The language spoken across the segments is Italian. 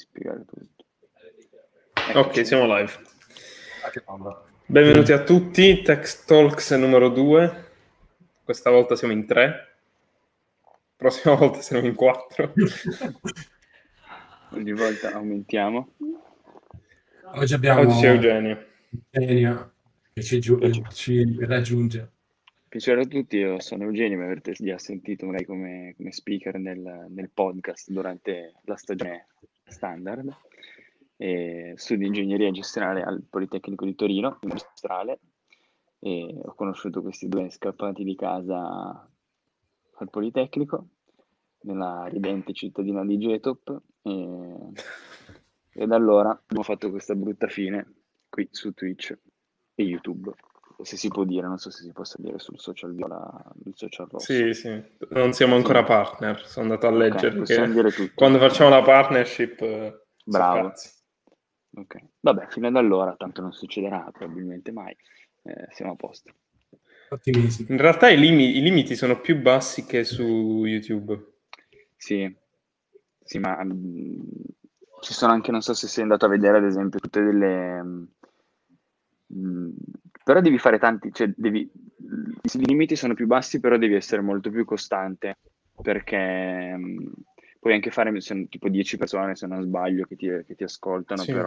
spiegare tutto. Ok, siamo live. Benvenuti a tutti, Tech Talks numero 2. Questa volta siamo in 3. Prossima volta siamo in 4. Ogni volta aumentiamo. Oggi abbiamo Oggi c'è Eugenio che ci raggiunge. Piacere a tutti, io sono Eugenio, mi avrete già sentito magari come speaker nel podcast durante la stagione standard. Studio ingegneria gestionale al Politecnico di Torino, industriale, e ho conosciuto questi due scappati di casa al Politecnico, nella ridente cittadina di Getop, e da allora abbiamo fatto questa brutta fine qui su Twitch e YouTube. Se si può dire, non so se si possa dire sul social viola, il social rosso. Sì, non siamo ancora partner, sono andato a leggere possiamo dire tutto. Quando facciamo la partnership bravo. cazzi. Ok, vabbè, fino ad allora tanto non succederà probabilmente mai, siamo a posto. Ottimissimi. In realtà i limiti sono più bassi che su YouTube. Sì, ma ci sono anche, non so se sei andato a vedere ad esempio tutte delle... però devi fare tanti, cioè i limiti sono più bassi, però devi essere molto più costante, perché puoi anche fare, sono tipo 10 persone se non sbaglio che ti ascoltano, Sì.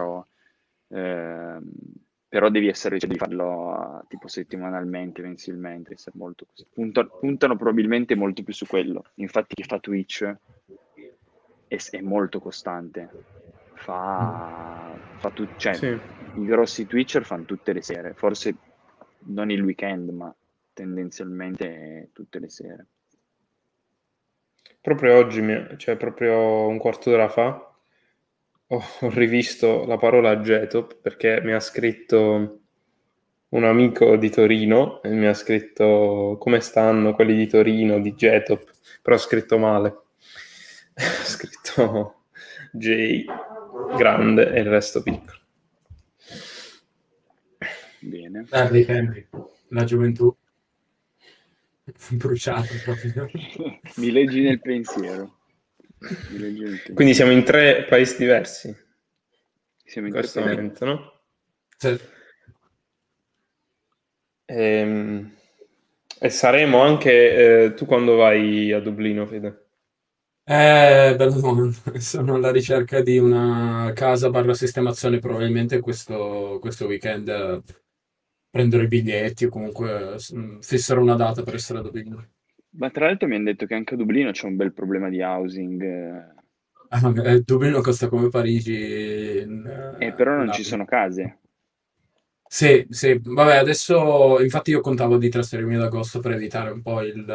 però devi farlo tipo settimanalmente, mensilmente, essere molto così. Puntano probabilmente molto più su quello. Infatti chi fa Twitch è molto costante. Cioè, Sì. i grossi Twitcher fanno tutte le sere, forse non il weekend, ma tendenzialmente tutte le sere. Proprio oggi, cioè proprio un quarto d'ora fa, ho rivisto la parola Getop perché mi ha scritto un amico di Torino e mi ha scritto come stanno quelli di Torino, di Getop, però ha scritto male. Ha scritto J grande e il resto piccolo. Bene. Dei tempi, la gioventù bruciata proprio. Mi leggi nel pensiero. Quindi siamo in 3 paesi diversi Siamo in in questo momento, no? Sì. E saremo anche tu quando vai a Dublino, Fede? Bella domanda. Sono alla ricerca di una casa / sistemazione, probabilmente questo weekend prenderò i biglietti o comunque fisserò una data per essere a Dublino. Ma tra l'altro mi hanno detto che anche a Dublino c'è un bel problema di housing. Dublino costa come Parigi Però non un ci anno. sono case. Sì, vabbè, adesso infatti io contavo di trasferirmi ad agosto per evitare un po' il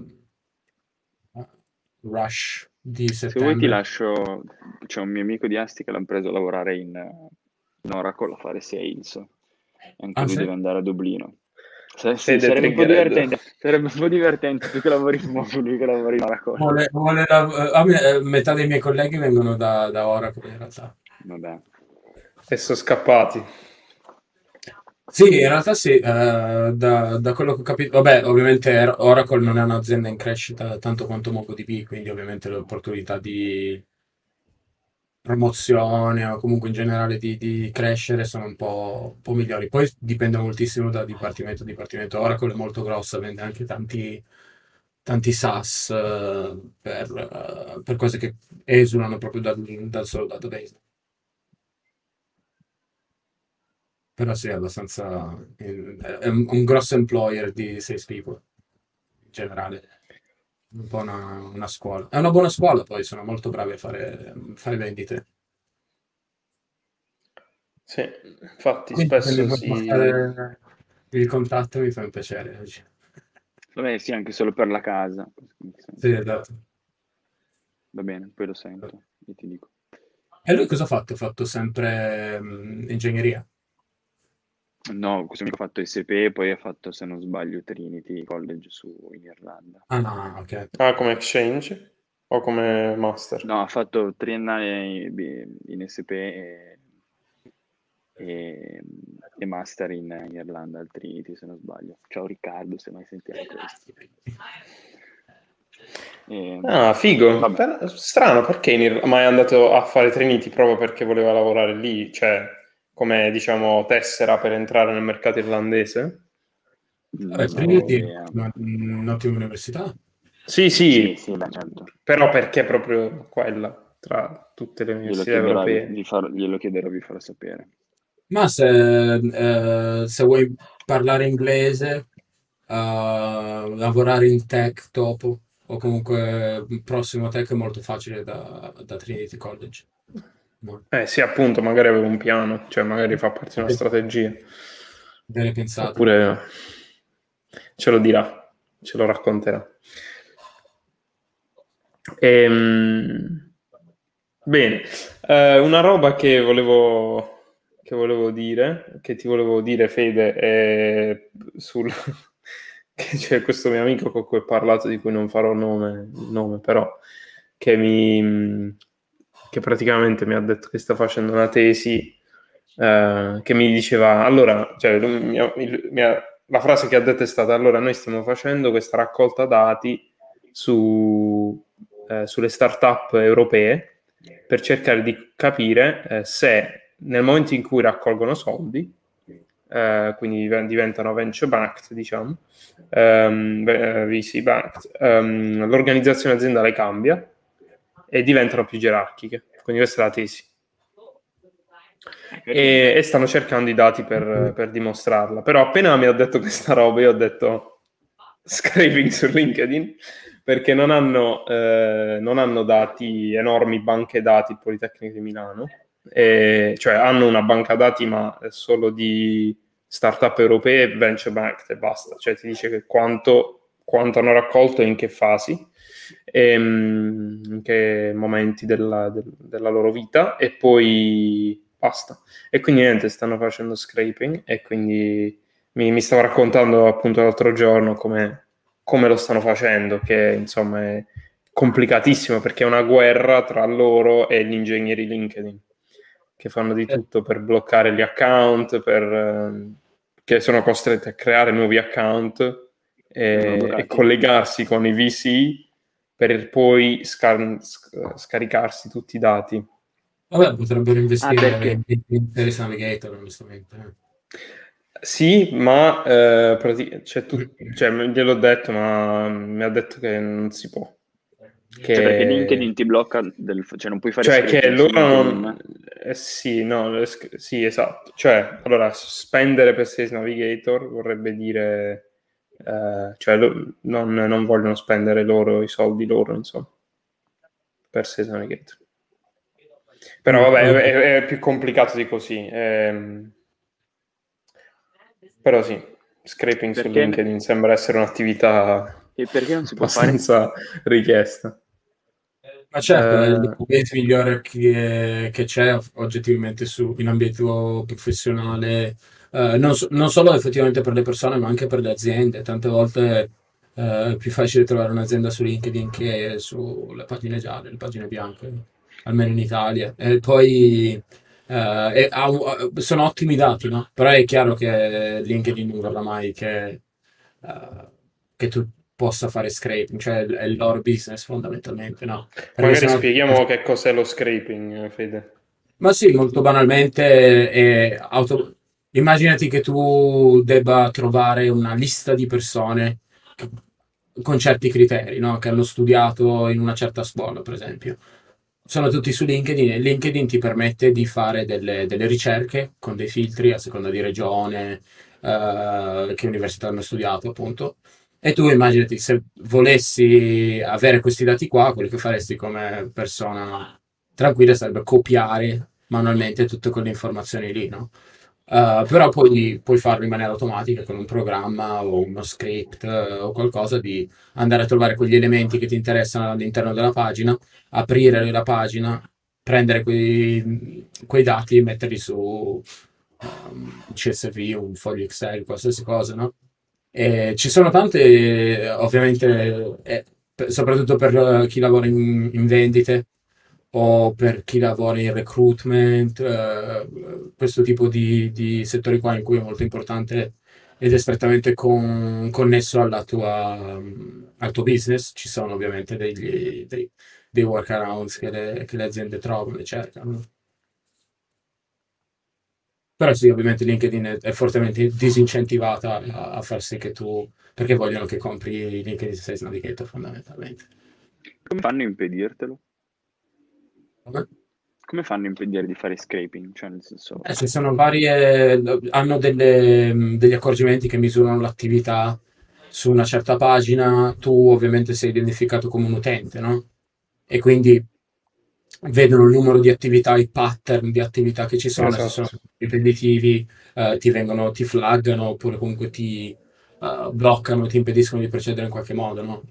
rush di Se vuoi ti settembre. lascio, c'è un mio amico di Asti che l'hanno preso a lavorare in Oracle a fare sales. Anche Ah, lui sì? deve andare a Dublino. Sì, Fede sarebbe un po' triggered. divertente tu che lavori in Movo, lui che lavori in Oracle. Metà dei miei colleghi vengono da Oracle in realtà. Vabbè. E sono scappati. Sì, in realtà sì, da quello che ho capito, vabbè, ovviamente Oracle non è un'azienda in crescita tanto quanto MongoDB, quindi ovviamente le opportunità di promozione o comunque in generale di crescere sono un po' migliori. Poi dipende moltissimo da dipartimento a dipartimento. Oracle è molto grossa, vende anche tanti SaaS per cose che esulano proprio dal solo database. Però sì, è abbastanza... è un grosso employer di salespeople, in generale. Un po' una scuola. È una buona scuola, poi sono molto bravi a fare vendite. Sì, infatti Quindi se mi spesso vuoi passare il contatto mi fa un piacere oggi. Vabbè, sì, anche solo per la casa. Sì, esatto. Va bene, poi lo sento e ti dico. E lui cosa ha fatto? Ha fatto sempre ingegneria? No, questo amico ha fatto SP e poi ha fatto, se non sbaglio, Trinity College in Irlanda. Ah, ok. Ah, come exchange o come master? No, ha fatto triennale in SP e master in Irlanda al Trinity, se non sbaglio. Ciao Riccardo, se mai sentirai questo. Ah, figo. Vabbè, Strano, perché ma è andato a fare Trinity proprio perché voleva lavorare lì, cioè come diciamo tessera per entrare nel mercato irlandese? Vabbè, non ho Trinity è idea. un'ottima università. Sì, Sì, sì, sì, beh, certo. però perché proprio quella tra tutte le università europee? Glielo chiederò, vi farò sapere. Ma se vuoi parlare inglese, lavorare in tech dopo, o comunque il prossimo tech è molto facile da Trinity College. No? Sì, appunto, magari avevo un piano, cioè magari fa parte di una Ben strategia. bene pensato. Oppure ce lo dirà, ce lo racconterà. Bene, una roba che volevo dire, che ti volevo dire, Fede, è che c'è questo mio amico con cui ho parlato, di cui non farò il nome, però, che praticamente mi ha detto che sta facendo una tesi, che mi diceva, allora, cioè, la frase che ha detto è stata, allora, noi stiamo facendo questa raccolta dati sulle start-up europee per cercare di capire se nel momento in cui raccolgono soldi, quindi diventano venture backed, diciamo, VC backed, l'organizzazione aziendale cambia e diventano più gerarchiche. Quindi questa è la tesi. Carino. E stanno cercando i dati per dimostrarla. Però appena mi ha detto questa roba, io ho detto scraping su LinkedIn, perché non hanno dati, enormi banche dati, il Politecnico di Milano, cioè hanno una banca dati ma è solo di startup europee e venture backed e basta, cioè ti dice che quanto hanno raccolto e in che fasi, in che momenti della loro vita, e poi basta. E quindi niente, stanno facendo scraping, e quindi mi stava raccontando appunto l'altro giorno come lo stanno facendo, che insomma è complicatissimo perché è una guerra tra loro e gli ingegneri LinkedIn, che fanno di tutto per bloccare gli account, che sono costretti a creare nuovi account Vengono e bloccati? collegarsi con i VC per poi scaricarsi tutti i dati. Vabbè, potrebbero Ah, investire perché? in Service Navigator, onestamente. Sì, ma cioè, gliel'ho detto, ma mi ha detto che non si può. Cioè, perché LinkedIn Che, ti blocca, cioè non puoi fare cioè, che scraping su loro LinkedIn? non. Sì, no, sì, esatto. Cioè, allora, spendere per Sales Navigator vorrebbe dire. Cioè, non vogliono spendere loro i soldi loro, insomma, per Sales Navigator. Però vabbè, Vabbè. è più complicato di così. Però sì, scraping su Perché, LinkedIn sembra essere un'attività e perché non si può fare? abbastanza richiesta. Ma certo, è il Eh, database migliore che c'è oggettivamente in ambito professionale, non solo effettivamente per le persone, ma anche per le aziende. Tante volte è più facile trovare un'azienda su LinkedIn che sulle pagine gialle, le pagine bianche, almeno in Italia. E poi sono ottimi dati, no? Però è chiaro che LinkedIn non vorrà mai che tu possa fare scraping, cioè è il loro business fondamentalmente, no? Perché Magari sennò. spieghiamo che cos'è lo scraping, Fede. Ma sì, molto banalmente immaginati che tu debba trovare una lista di persone che- con certi criteri, no? Che hanno studiato in una certa scuola, per esempio. Sono tutti su LinkedIn e LinkedIn ti permette di fare delle ricerche con dei filtri a seconda di regione, che università hanno studiato, appunto. E tu immaginati se volessi avere questi dati qua, quello che faresti come persona tranquilla sarebbe copiare manualmente tutte quelle informazioni lì, no? Però poi puoi farlo in maniera automatica con un programma o uno script o qualcosa di andare a trovare quegli elementi che ti interessano all'interno della pagina, aprire la pagina, prendere quei dati e metterli su CSV, un foglio Excel, qualsiasi cosa, no? E ci sono tante, ovviamente, soprattutto per chi lavora in vendite o per chi lavora in recruitment, questo tipo di settori qua in cui è molto importante ed è strettamente connesso al tuo business, ci sono ovviamente dei workarounds che le aziende trovano e cercano. Però sì, ovviamente LinkedIn è fortemente disincentivata a far sì che tu, perché vogliono che compri LinkedIn Sales Navigator fondamentalmente. Come fanno a impedirtelo? Come? Come fanno a impedire di fare scraping? Cioè, nel senso, Ci sono hanno degli accorgimenti che misurano l'attività su una certa pagina, tu ovviamente sei identificato come un utente, no? E quindi vedono il numero di attività, i pattern di attività che ci sono, se sono Esatto. ripetitivi, ti flaggano oppure comunque ti bloccano, ti impediscono di procedere in qualche modo, no?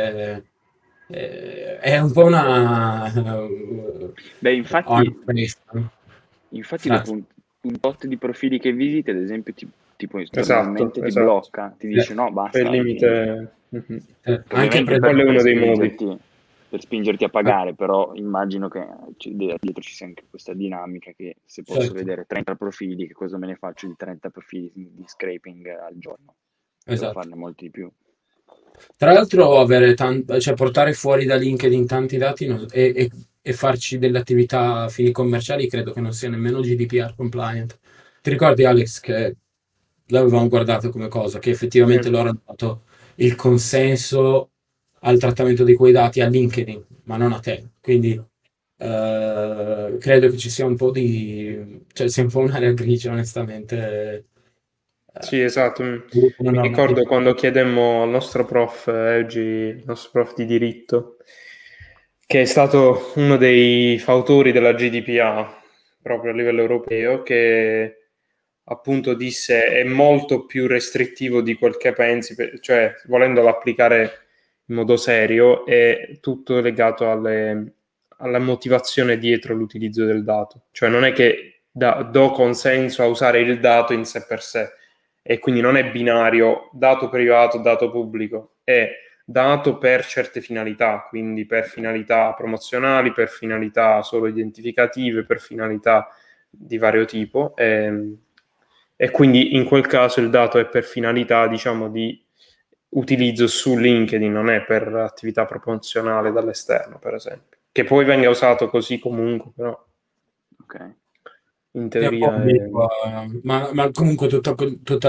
È un po' una beh, honest race, no? infatti Fra- dopo un tot di profili che visiti, ad esempio, tipo Esatto, normalmente ti esatto. blocca, ti eh, dice no, C'è il basta, hai finito. limite. Mhm. Che anche ovviamente per Quello è per uno dei modi. spingerti a pagare, però immagino che dietro ci sia anche questa dinamica che se posso certo, vedere 30 profili, che cosa me ne faccio di 30 profili di scraping al giorno? Devo esatto. farne molti di più. Tra l'altro, cioè portare fuori da LinkedIn tanti dati e farci delle attività a fini commerciali credo che non sia nemmeno GDPR compliant. Ti ricordi, Alex, che l'avevamo guardato come cosa, che effettivamente Mm. loro hanno dato il consenso al trattamento di quei dati a LinkedIn, ma non a te. Quindi credo che ci sia un po' cioè sia un po' un'area grigia, onestamente. Sì, esatto. Una Mi ricordo normativa. quando chiedemmo al nostro prof, oggi, il nostro prof di diritto, che è stato uno dei fautori della GDPR, proprio a livello europeo, che appunto disse è molto più restrittivo di quel che pensi, cioè volendolo applicare in modo serio, è tutto legato alla motivazione dietro l'utilizzo del dato. Cioè non è che do consenso a usare il dato in sé per sé, e quindi non è binario dato privato, dato pubblico, è dato per certe finalità, quindi per Ok. finalità promozionali, per finalità solo identificative, per finalità di vario tipo, e quindi in quel caso il dato è per finalità, diciamo, di utilizzo su LinkedIn, non è per attività promozionale dall'esterno, per esempio. Che poi venga usato così comunque, però Ok. in È un po' teoria è... ambigua, ma comunque tutta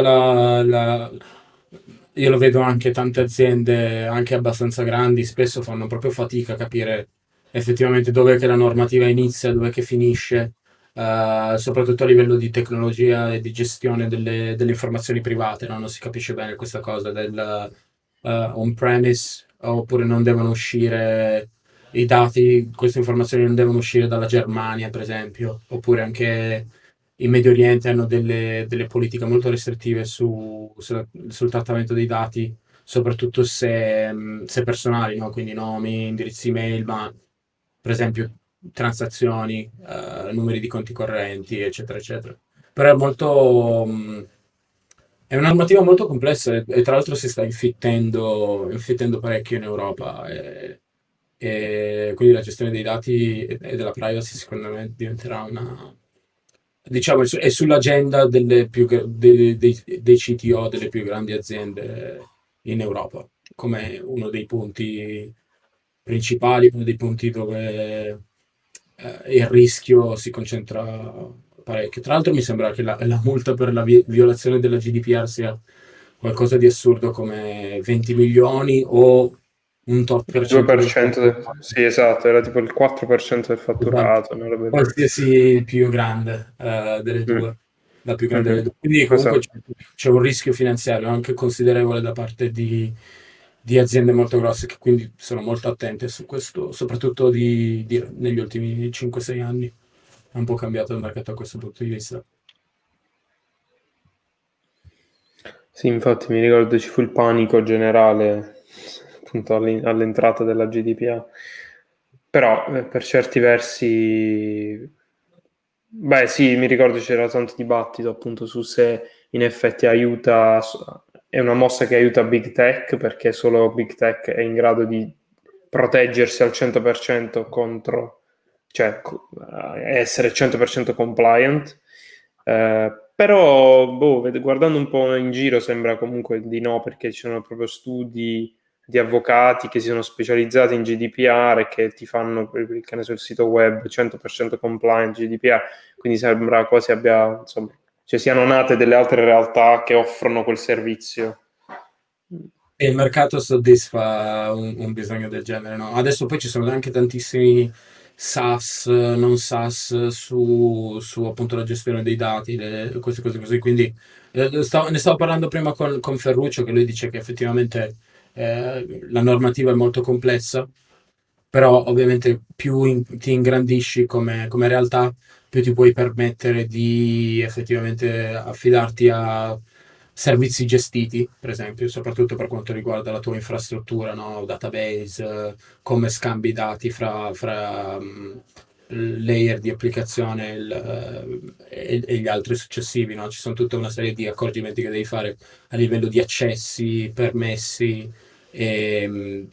io lo vedo anche tante aziende, anche abbastanza grandi, spesso fanno proprio fatica a capire effettivamente dove che la normativa inizia, dove che finisce, soprattutto a livello di tecnologia e di gestione delle informazioni private, no? Non si capisce bene questa cosa del on-premise, oppure non devono uscire i dati, queste informazioni non devono uscire dalla Germania, per esempio, oppure anche in Medio Oriente hanno delle politiche molto restrittive sul trattamento dei dati, soprattutto se personali, no? Quindi nomi, indirizzi email, ma per esempio transazioni, numeri di conti correnti, eccetera, eccetera. Però è una normativa molto complessa e tra l'altro si sta infittendo parecchio in Europa e quindi la gestione dei dati e della privacy secondo me diventerà diciamo, è sull'agenda dei CTO delle più grandi aziende in Europa, come uno dei punti principali, uno dei punti dove il rischio si concentra parecchio. Tra l'altro mi sembra che la multa per la violazione della GDPR sia qualcosa di assurdo come 20 milioni o un tot per Il cento del 2%, sì, esatto, era tipo il 4% del esatto. fatturato, una roba del- Qualsiasi più grande delle Mm. due, la più grande delle Mhm. due. Quindi comunque Esatto. c'è un rischio finanziario anche considerevole da parte di aziende molto grosse che quindi sono molto attente su questo, soprattutto negli ultimi 5-6 anni. È un po' cambiato il mercato da questo punto di vista. Sì, infatti mi ricordo ci fu il panico generale appunto all'entrata della GDPR, però per certi versi, beh sì, mi ricordo c'era tanto dibattito appunto su se in effetti aiuta, è una mossa che aiuta Big Tech perché solo Big Tech è in grado di proteggersi al 100% contro, cioè essere 100% compliant, Però, boh, guardando un po' in giro sembra comunque di no, perché ci sono proprio studi di avvocati che si sono specializzati in GDPR e che ti fanno, che ne so, il sito web 100% compliant GDPR, quindi sembra quasi abbia, insomma, cioè siano nate delle altre realtà che offrono quel servizio. E il mercato soddisfa un bisogno del genere, no? Adesso poi ci sono anche tantissimi SaaS, non SaaS su appunto la gestione dei dati, queste cose così. Quindi ne stavo parlando prima con Ferruccio, che lui dice che effettivamente la normativa è molto complessa, però ovviamente più ti ingrandisci come realtà, più ti puoi permettere di effettivamente affidarti a servizi gestiti, per esempio, soprattutto per quanto riguarda la tua infrastruttura, no? Database, come scambi dati fra layer di applicazione e gli altri successivi, no? Ci sono tutta una serie di accorgimenti che devi fare a livello di accessi, permessi, e,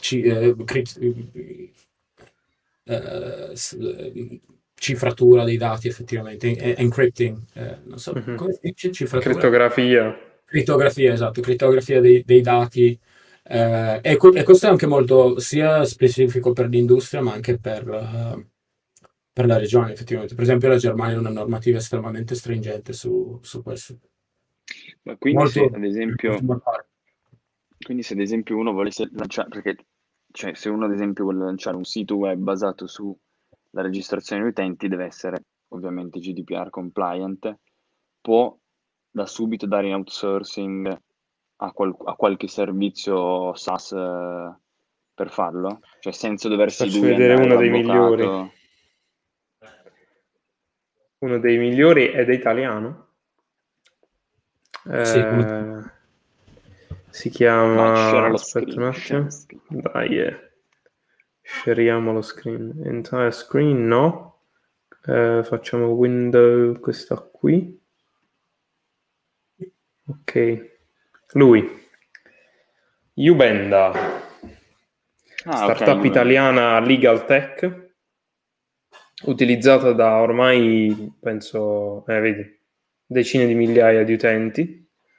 cifratura dei dati effettivamente, encrypting, non so Mhm. come si dice, cifratura? Crittografia. Crittografia, esatto, crittografia dei dati. E questo è anche molto sia specifico per l'industria, ma anche per la regione, effettivamente. Per esempio, la Germania ha una normativa estremamente stringente su questo. Ma quindi se Molto, ad molto esempio, mortale. quindi se ad esempio uno volesse lanciare, perché cioè, se uno ad esempio vuole lanciare un sito web basato sulla registrazione di utenti, deve essere ovviamente GDPR compliant, può da subito dare in outsourcing a qualche servizio SaaS per farlo? Cioè senza Ti doversi faccio lui vedere andare uno dei migliori. all'avvocato. Uno dei migliori ed è italiano. Sì, Eh, si Vai, share chiama... lo Aspetta un screen, share attimo. lo screen. Dai, shariamo lo screen. Entire screen, no. Facciamo window, questa qui. Ok. Lui. Ubenda. Ah, ok, Startup Ubenda. italiana legal tech. Utilizzata da ormai, penso, vedi, decine di migliaia di utenti.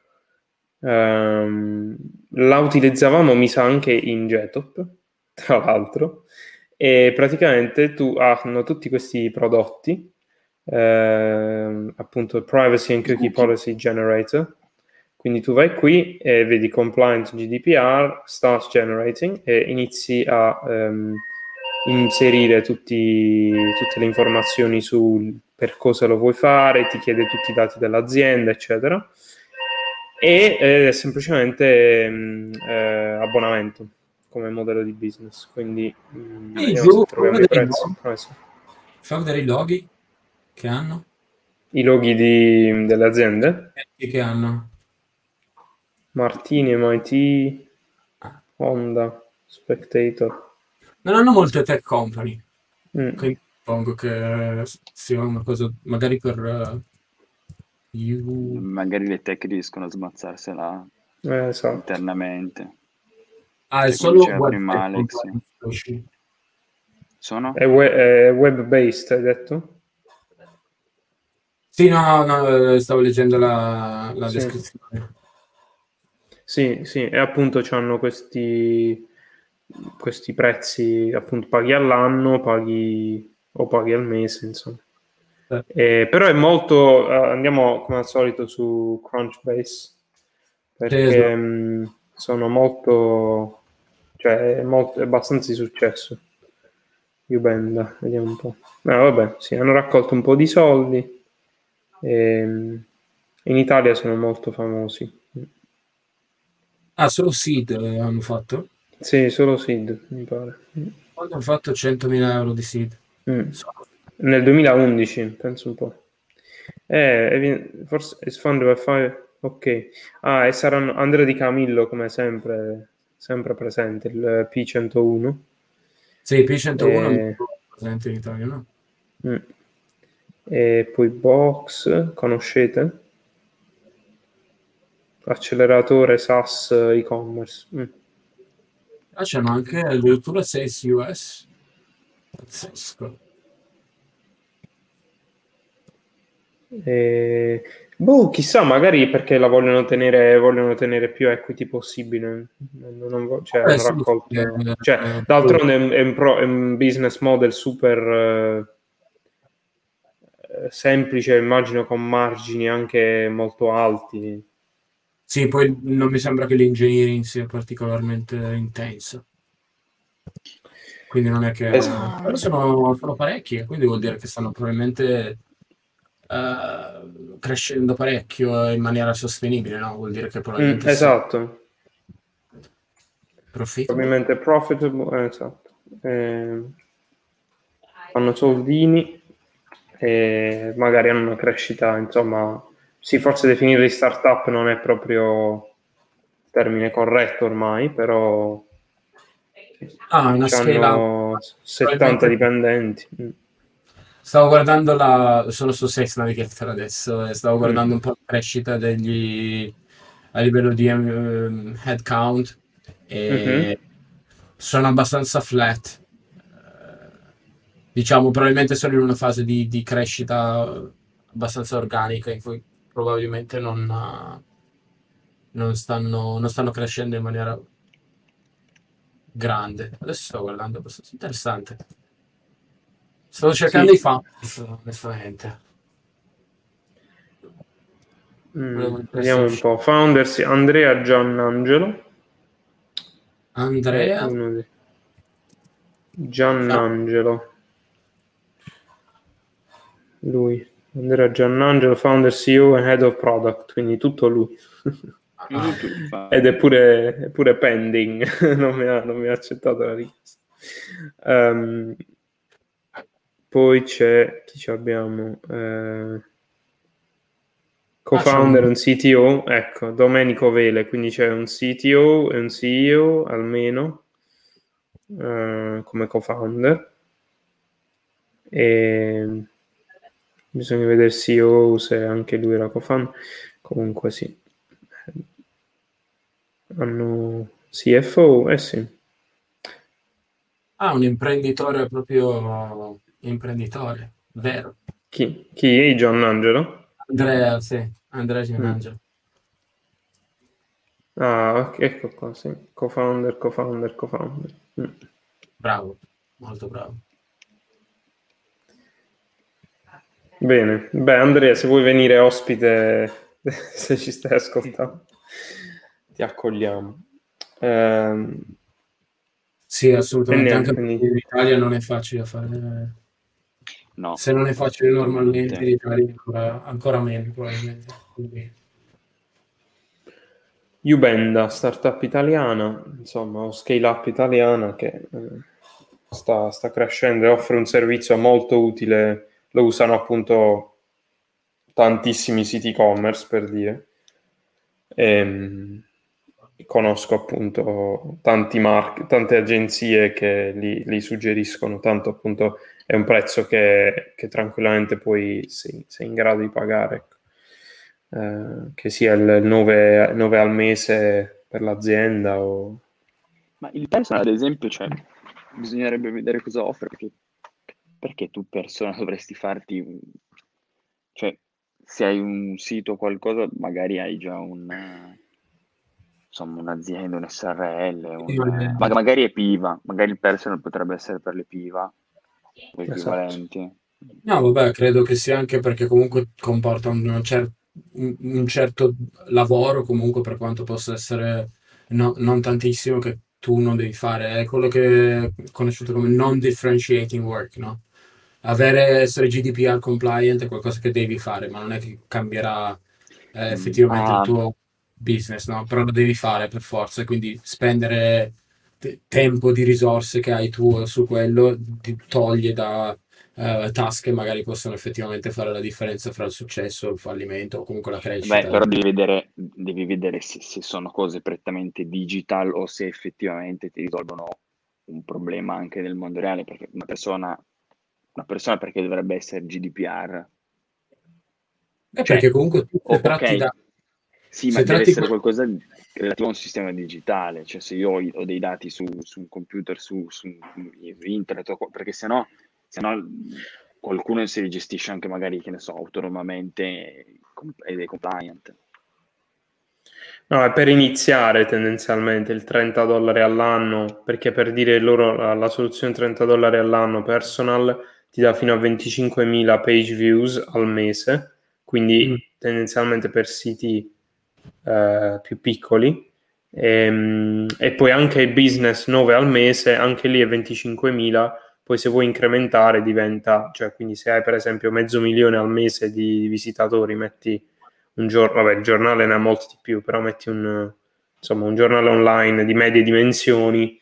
La utilizzavamo, mi sa, anche in Jetop, tra l'altro, e praticamente hanno tutti questi prodotti, appunto il Privacy and Cookie Sgookie. Policy Generator. Quindi tu vai qui e vedi Compliant GDPR, Start Generating e inizi a inserire tutte le informazioni su per cosa lo vuoi fare, ti chiede tutti i dati dell'azienda, eccetera. E è semplicemente abbonamento come modello di business. Quindi e vediamo se giù, troviamo i prezzi. fa vedere i loghi che hanno, I loghi delle aziende. che hanno. Martini, MIT, Ah, Honda, Spectator. non hanno molte tech company, Mm. quindi suppongo che sia una cosa magari per Magari le tech riescono a smazzarsela Esatto. internamente. è Cioè, come solo diceva web prima tech Alex, company, Yoshi. sono? È web-based, hai detto? Sì, no, no, stavo leggendo la Sì. descrizione. Sì, sì, e appunto hanno questi prezzi, appunto paghi all'anno, paghi al mese, insomma. Però è molto, andiamo come al solito su Crunchbase, Sì, perché esatto. sono molto, cioè è abbastanza di successo. Ubenda, vediamo un po'. Vabbè, sì, hanno raccolto un po' di soldi, in Italia sono molto famosi. Ah, solo Seed hanno fatto? Sì, solo Sid, mi pare. Quando hanno fatto 100.000 euro di Seed? Mm. Nel 2011, penso un po'. Forse is funded by five. Ok. Ah, e saranno Andrea Di Camillo, come sempre, sempre presente, il P101. Sì, P101 è E, molto presente in Italia, no? mm. E poi Box, conoscete? Acceleratore SaaS e-commerce. Ah, c'hanno anche addirittura 6 US. Pazzesco. Chissà, magari perché la vogliono tenere più equity possibile. Cioè, Eh una sì, raccolta. Cioè, d'altronde è un business model super semplice, immagino, con margini anche molto alti. sì, poi non mi sembra che l'engineering sia particolarmente intenso, quindi non è che... Però Es- sono parecchi, e quindi vuol dire che stanno probabilmente crescendo parecchio in maniera sostenibile, no? Vuol dire che probabilmente sì, esatto, profitable. probabilmente profitable, esatto. Fanno soldini e magari hanno una crescita, insomma, sì, forse definirli startup non è proprio il termine corretto ormai, però Ah, una scale up. hanno 70 Probabilmente dipendenti. stavo guardando sono su Sales Navigator adesso e stavo Mm. guardando un po' la crescita a livello di headcount Mhm. e sono abbastanza flat. Diciamo, probabilmente sono in una fase di crescita abbastanza organica in cui probabilmente non stanno crescendo in maniera grande. Adesso sto guardando, è abbastanza interessante. Stavo cercando i Sì. founders, onestamente. Volevo Vediamo essere un po'. Founders Andrea Giannangelo è Andrea. uno di Ah, Giannangelo. Lui, Andrea Giannangelo, founder, CEO e Head of Product, quindi tutto lui. ah, Tutto Ed è infatti. pure pending, non mi ha accettato la richiesta. Ehm, Poi chi ci abbiamo? c'è Co-founder e un CTO, ecco, Domenico Vele, quindi c'è un CTO e un CEO almeno come co-founder. E bisogna vedere il CEO se anche lui era co-founder. Comunque sì. Hanno CFO, eh sì. un imprenditore proprio imprenditore, vero. Chi? John Angelo? Andrea, sì, Andrea Mm. Gianangelo. Ah, ecco qua, sì. Co-founder. Mm. Bravo, molto bravo. Bene. Beh, Andrea, se vuoi venire ospite, se ci stai ascoltando, ti accogliamo. Ehm, Sì, e assolutamente, niente, anche quindi perché in Italia non è facile fare. No, Se non è facile normalmente, in assolutamente. Italia ancora meno, probabilmente. Quindi, Ubenda, startup italiana, insomma, o scale-up italiana che sta crescendo e offre un servizio molto utile. Lo usano appunto tantissimi siti e-commerce, per dire. Conosco appunto tante agenzie che li suggeriscono, tanto appunto è un prezzo che tranquillamente poi sei in grado di pagare, ecco. Che sia il 9 al mese per l'azienda o... Ma il personal, ad esempio, cioè, bisognerebbe vedere cosa offre, perché tu persona dovresti farti... Cioè, se hai un sito o qualcosa, magari hai già insomma, un'azienda, un SRL, magari è PIVA, magari il personal potrebbe essere per le PIVA o Esatto. equivalenti. no, vabbè, credo che sia anche perché comunque comporta un certo lavoro, comunque per quanto possa essere non tantissimo che tu non devi fare. È quello che è conosciuto come non differentiating work, no? Essere GDPR compliant è qualcosa che devi fare, ma non è che cambierà effettivamente il Ah, tuo business, no? Però lo devi fare per forza, e quindi spendere tempo di risorse che hai tu su quello ti toglie da task che magari possono effettivamente fare la differenza fra il successo, il fallimento o comunque la beh, crescita. però devi vedere se sono cose prettamente digital o se effettivamente ti risolvono un problema anche nel mondo reale, perché una persona perché dovrebbe essere GDPR? Perché Cioè, comunque tu se tratti ok, sì, ma se deve tratti essere qualcosa relativo a un sistema digitale, cioè se io ho dei dati su un computer, su internet, perché sennò qualcuno si gestisce anche magari, che ne so, autonomamente ed è compliant. No, è per iniziare tendenzialmente il $30 all'anno, perché per dire loro la soluzione $30 all'anno personal ti dà fino a 25.000 page views al mese, quindi tendenzialmente per siti più piccoli. E poi anche il business 9 al mese, anche lì è 25.000, poi se vuoi incrementare diventa, cioè quindi se hai per esempio 500.000 al mese di visitatori, metti un giorno, vabbè, il giornale ne ha molti di più, però metti insomma, un giornale online di medie dimensioni,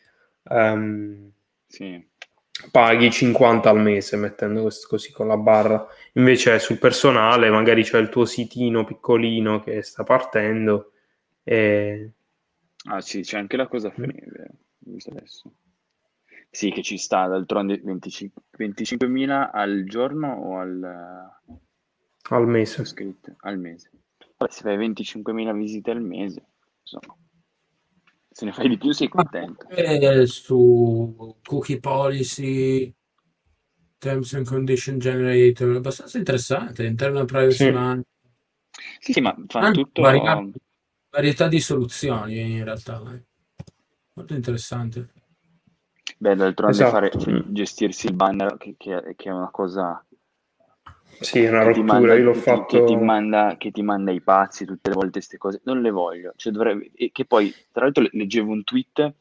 Sì. paghi 50 al mese mettendo questo così con la barra. Invece sul personale magari c'è il tuo sitino piccolino che sta partendo e... Ah sì, c'è anche la cosa free, è vero, ho visto adesso. Sì, che ci sta, d'altronde 25.000 al giorno o al c'è mese. scritto? Al mese. Vabbè, se fai 25.000 visite al mese, insomma, se ne fai di più sei contento. Su cookie policy, terms and condition generator, abbastanza interessante, internal privacy Sì, management, Sì, sì, ma fanno anche tutto... varietà di soluzioni in realtà, molto interessante. Beh, d'altronde esatto. gestirsi il banner, che è una cosa Sì, è una che ti rottura, manda, io l'ho che ti fatto... manda, che ti manda i pazzi tutte le volte, queste cose. Non le voglio. Cioè, e che poi, tra l'altro, leggevo un tweet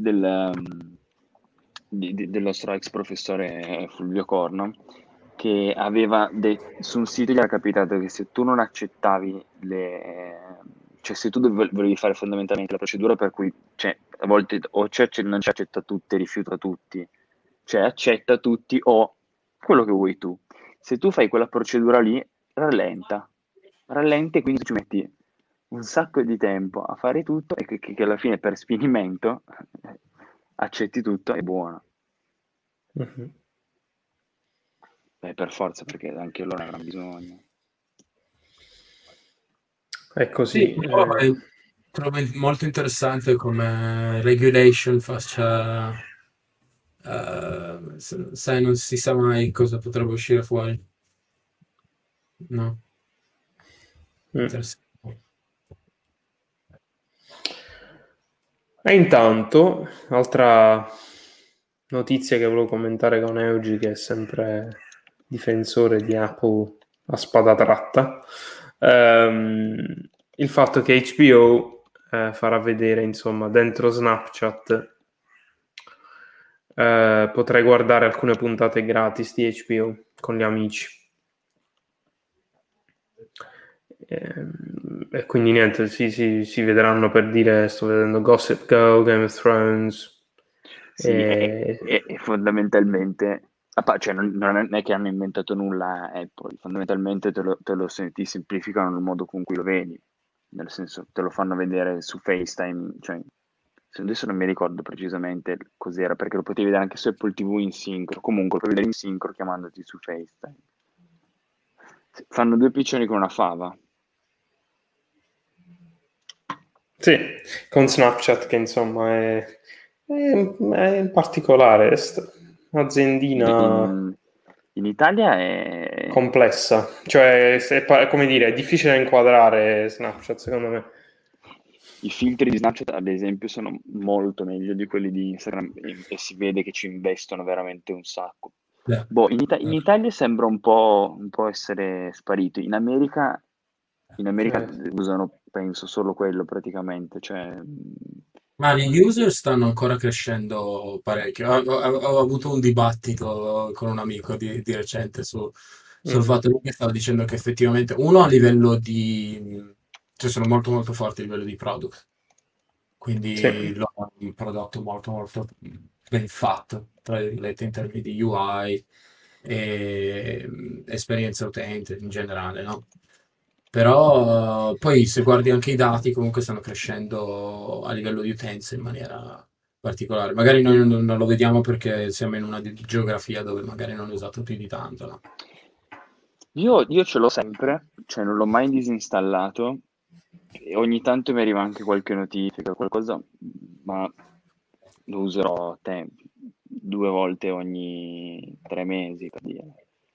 del nostro ex professore Fulvio Corno, che aveva su un sito gli era capitato che se tu non accettavi cioè se tu volevi fare fondamentalmente la procedura per cui, cioè, a volte non ci accetta tutti, rifiuta tutti, cioè accetta tutti o quello che vuoi tu. Se tu fai quella procedura lì, rallenta e quindi ci metti un sacco di tempo a fare tutto e che alla fine per sfinimento accetti tutto, è buono. Mhm. Beh, per forza, perché anche loro ne avranno bisogno. È Sì, così. però trovo molto interessante come regulation faccia, sai, non si sa mai cosa potrebbe uscire fuori. No, Mm. interessante. E intanto, altra notizia che volevo commentare con Eugi, che è sempre difensore di Apple a spada tratta, il fatto che HBO farà vedere, insomma, dentro Snapchat potrai guardare alcune puntate gratis di HBO con gli amici. E quindi niente, si vedranno, per dire, sto vedendo Gossip Girl, Game of Thrones. Sì, e fondamentalmente, cioè non è che hanno inventato nulla Apple, fondamentalmente ti semplificano il modo con cui lo vedi, nel senso te lo fanno vedere su FaceTime, cioè, adesso non mi ricordo precisamente cos'era, perché lo potevi vedere anche su Apple TV in sincro, comunque lo puoi vedere in sincro chiamandoti su FaceTime. Fanno due piccioni con una fava. Sì, con Snapchat che insomma è particolare, è un'aziendina In, in Italia è... complessa, cioè come dire, è difficile da inquadrare Snapchat secondo me. I filtri di Snapchat, ad esempio, sono molto meglio di quelli di Instagram e si vede che ci investono veramente un sacco. Yeah. Boh, in Italia sembra un po' essere sparito. In America usano, penso, solo quello praticamente. Cioè, Ma gli user stanno ancora crescendo parecchio. Ho avuto un dibattito con un amico di recente sul fatto che lui mi stava dicendo che effettivamente, uno a livello cioè sono molto molto forti a livello di product, quindi Sì. lo hanno un prodotto molto molto ben fatto, tra virgolette, in termini di UI e esperienza utente in generale, no? Però poi se guardi anche i dati comunque stanno crescendo a livello di utenza in maniera particolare. Magari noi non lo vediamo perché siamo in una geografia dove magari non è usato più di tanto, no? io ce l'ho sempre, cioè non l'ho mai disinstallato e ogni tanto mi arriva anche qualche notifica, qualcosa, ma lo userò 2 volte ogni 3 mesi, per dire.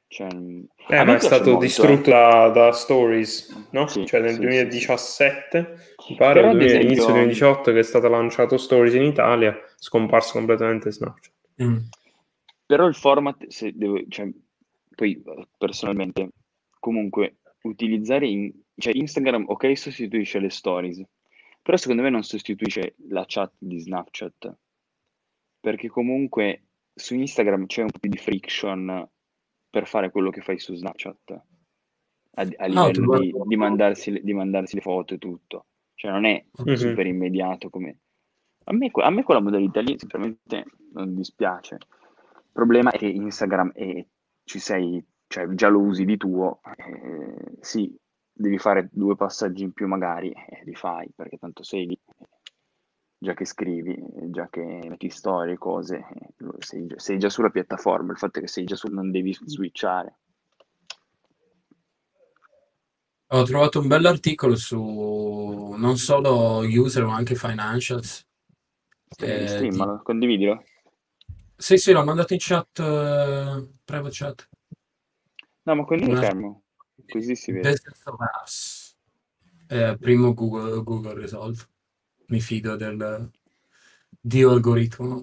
Cioè, a Ma me è piace stato molto, distrutto da Stories, no? Sì, Cioè nel sì, sì, 2017, mi pare, Però o ad inizio esempio, 2018 che è stato lanciato Stories in Italia, scomparso completamente Snapchat. però il format, cioè, poi personalmente, comunque, utilizzare cioè Instagram, ok, sostituisce le stories, però secondo me non sostituisce la chat di Snapchat, perché comunque su Instagram c'è un po' più di friction per fare quello che fai su Snapchat, a Ho livello trovato... di mandarsi le foto e tutto. Cioè non è Mhm. super immediato come... A me quella modalità lì sinceramente non dispiace. Il problema è che Instagram cioè già lo usi di tuo, sì, devi fare 2 passaggi in più magari, li fai, perché tanto sei lì, già che scrivi, già che metti storie, cose, sei già sulla piattaforma, il fatto è che sei già non devi switchare. Ho trovato un bell'articolo su non solo user ma anche financials. Di... Streamalo, condividilo. Sì, sì, l'ho mandato in chat, private chat. No, ma condividi Una... schermo, così si vede. Business of Apps. Primo Google Resolve. Mi fido del Dio algoritmo.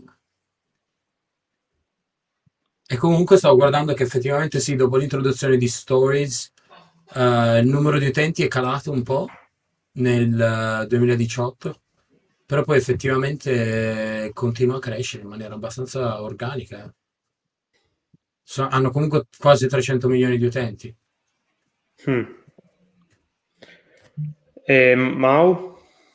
E comunque stavo guardando che effettivamente sì, dopo l'introduzione di Stories, il numero di utenti è calato un po' nel 2018, però poi effettivamente continua a crescere in maniera abbastanza organica. Hanno comunque quasi 300 milioni di utenti. Hmm. E Mau?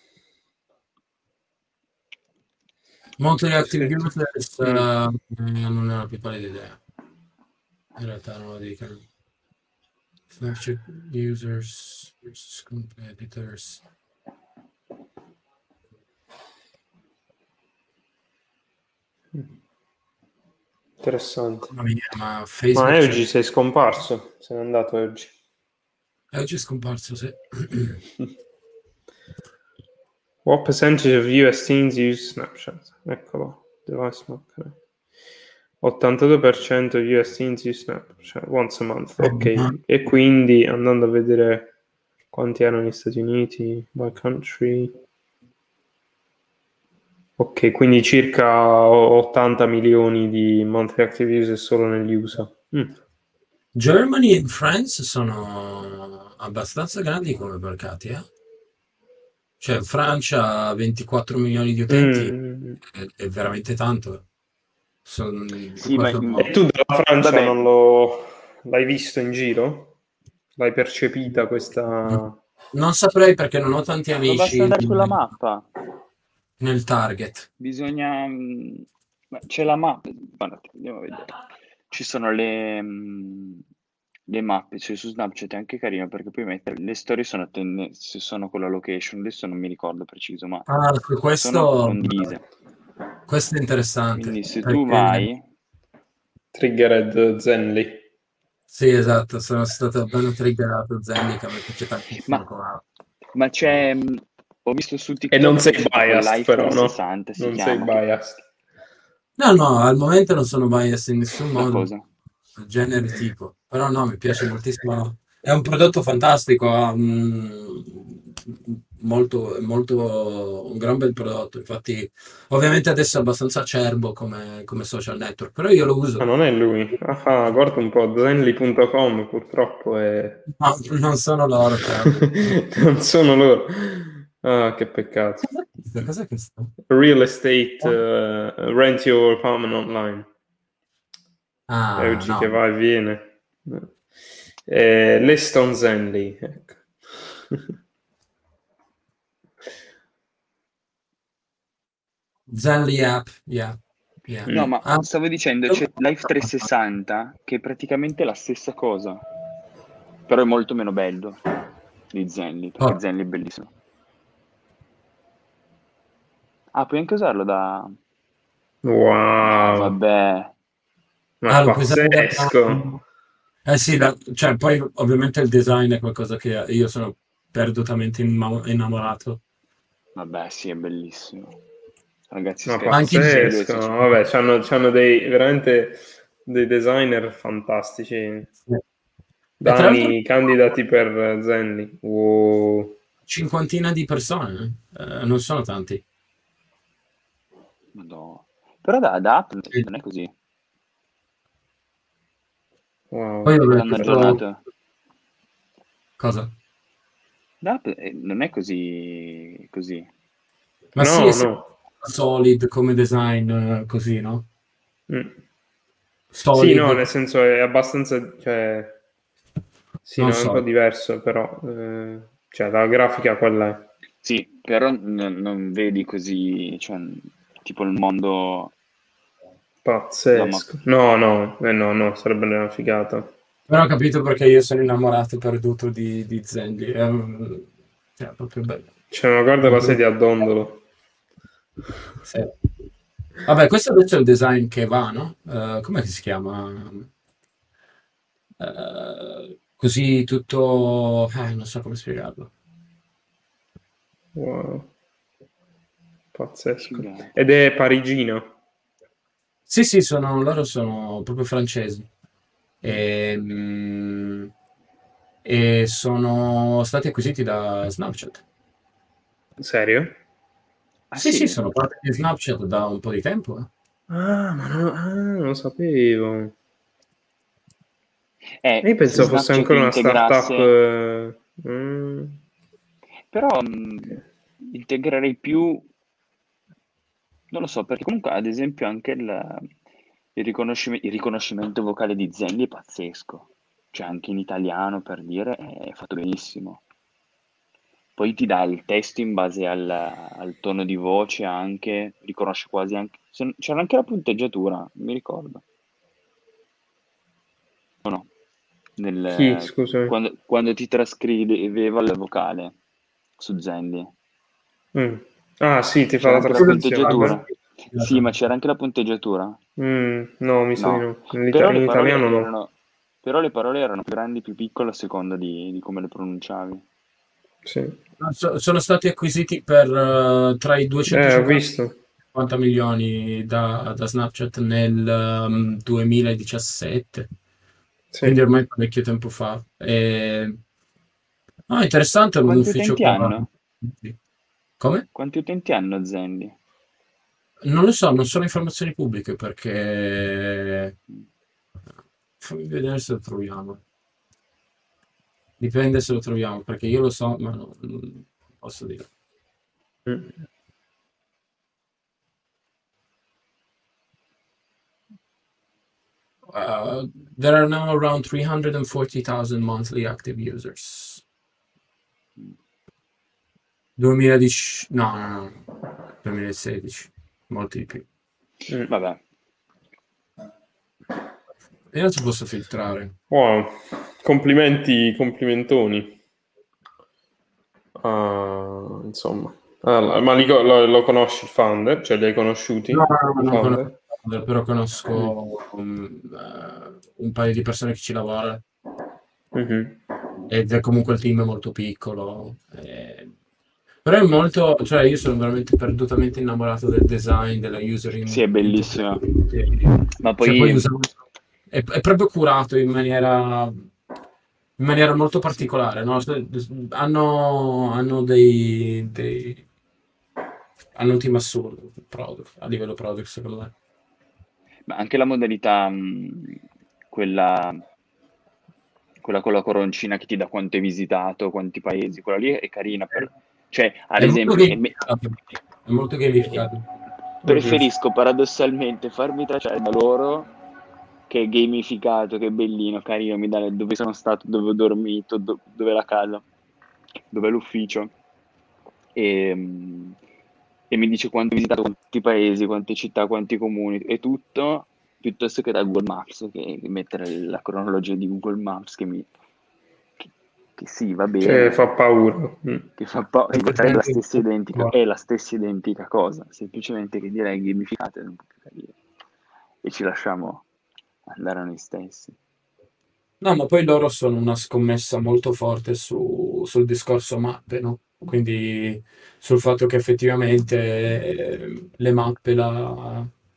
Monthly C'è Active scritto. Users Mm. non ne ho la più pallida idea. In realtà non lo dicono. Snapchat Users versus Competitors. Interessante. Ma Ma Facebook c'è. oggi sei scomparso, sei andato oggi. Oggi è scomparso, sì. What percentage of US teens use Snapchat? Eccolo, device marker. 82% of US teens use Snapchat once a month. Ok, e quindi andando a vedere quanti erano negli Stati Uniti, by country. Ok, quindi circa 80 milioni di monthly active user solo negli USA. Germany e France sono abbastanza grandi come mercati, eh? Cioè, Francia 24 milioni di utenti Mm. è veramente tanto. Sì, ma Questo E tu dalla Francia vabbè, non l'hai visto in giro? L'hai percepita questa... non saprei perché non ho tanti ma basta amici andare sulla mappa. nel target. Bisogna... ma c'è la mappa. Guarda, andiamo a vedere. Ci sono le mappe, cioè su Snapchat è anche carino perché puoi mettere... Le storie se sono con la location, adesso non mi ricordo preciso, ma Ah, su sono condivise. questo è interessante Quindi se tu perché vai... Triggered Zenly. sì, esatto, sono stato bello triggerato Zennica, mi piace tantissimo Ma, come ma c'è... ho visto su E non TikTok che sei c'è tipo biased Live però, no? 360 si Non sei chiama, che... biased. No, no, al momento non sono bias in nessun Da modo, cosa? genere tipo, però no, mi piace moltissimo. È un prodotto fantastico, ha un gran bel prodotto. Infatti, ovviamente adesso è abbastanza acerbo come social network, però io lo Ah, uso. non è lui. Ah, guarda un po', zenly.com purtroppo è... No, non sono loro, chiaro. Non sono loro. Ah, che peccato. Cos'è questo? Real estate, rent your apartment online. È Ah, oggi che no. va e viene. Leston Zenly, ecco. Zenly app, yeah, yeah. No, ma Ah, stavo dicendo, c'è Live 360 che è praticamente la stessa cosa, però è molto meno bello di Zenly, perché oh, Zenly è bellissimo. Ah, puoi anche usarlo da... No, Wow, vabbè. ma ah, lo puoi usare pazzesco. eh sì, cioè, poi ovviamente il design è qualcosa che io sono perdutamente innamorato. Vabbè, sì, è bellissimo. Ragazzi, Ma Ma anche in... se lui pazzesco. Vabbè, c'hanno dei veramente dei designer fantastici. Sì. E Da tra l'altro anni candidati per Zenly. Wow. cinquantina di persone, non sono tanti. No. Però da app Sì. non è così. Wow. Poi vabbè, L'hanno aggiornato. cosa? Da app non è così. Ma sì, è No, sempre no. solid come design, così, no? Mm. Sì, Solid, no, nel senso è abbastanza, cioè, sì, non no, è un po' solid. diverso, però, cioè, la grafica quella è Sì, però non vedi così, cioè, tipo il mondo la ma- pazzesco. No, no, no, sarebbe una figata. Però ho capito perché io sono innamorato perduto di Zenly. Cioè, proprio bello. Cioè, ma guarda la Proprio- sedia a dondolo. sì. Vabbè, questo adesso è il design che va, no? Com'è che si chiama? Così tutto... non so come spiegarlo. Wow, pazzesco. figata. Ed è parigino. Sì, sì, loro sono proprio francesi. E, e sono stati acquisiti da Snapchat. Serio? Ah Sì, sì, sì? sono parte di Snapchat da un po' di tempo. Non lo sapevo. Io Se pensavo fosse Snapchat ancora una startup. integrasse, Mm, però integrerei più, non lo so, perché comunque ad esempio anche il riconoscimento vocale di Zenly è pazzesco, cioè anche in italiano per dire è fatto benissimo. Poi ti dà il testo in base al tono di voce anche, riconosce quasi anche... C'era anche la punteggiatura, mi ricordo. O no? chi, scusami? Quando ti trascriveva il vocale su Zenly. Mm. Ah, sì, ti fa C'era la anche la trascrizione. punteggiatura. Sì, ma c'era anche la punteggiatura. No, mi sa di No. no. In Però le parole italiano no. erano, però le parole erano più grandi, più piccole a seconda di come le pronunciavi. Sì. Sono stati acquisiti per tra i Ho 250 visto. e i 50 milioni da Snapchat nel 2017, Sì. quindi ormai parecchio tempo fa. No, interessante, è un Quanti ufficio utenti che va. hanno? Come? Quanti utenti hanno Zenly? Non lo so, non sono informazioni pubbliche perché... Fammi vedere se lo troviamo. Dipende se lo troviamo, perché io lo so, ma non posso dire. Mm. There are now around 340,000 monthly active users. 2010, no, 2016, molti di più. Mm. Vabbè, Io non ci posso filtrare. Wow, complimenti, complimentoni. Ah, insomma. Ma lo conosci il founder? Cioè li hai conosciuti? No, I non conosco, founder? però conosco un paio di persone che ci lavorano Mhm. ed è comunque il team è molto piccolo. Però è molto, cioè io sono veramente perdutamente innamorato del design, della user sì, è bellissimo. interface. Ma Cioè poi poi è proprio curato in maniera molto particolare, no? Hanno hanno un team assurdo a livello product, secondo me. ma anche la modalità, quella, quella con la coroncina che ti dà quanto hai visitato, quanti paesi, quella lì è carina. Cioè, ad È molto esempio, gamificato. È molto gamificato. Mhm. preferisco paradossalmente farmi tracciare da loro che è gamificato, che è bellino, carino, mi dà dove sono stato, dove ho dormito, dove è la casa, dove è l'ufficio e, e mi dice quanto ho visitato, quanti paesi, quante città, quanti comuni e tutto, piuttosto che da Google Maps, che mettere la cronologia di Google Maps che sì, va Che fa bene, paura. Mm. che fa sarebbe la stessa identica, Guarda. è la stessa identica cosa, semplicemente che direi gamificate è un po' più carino e ci lasciamo andare a noi stessi. No, ma poi loro sono una scommessa molto forte sul discorso mappe, no? Quindi sul fatto che effettivamente le mappe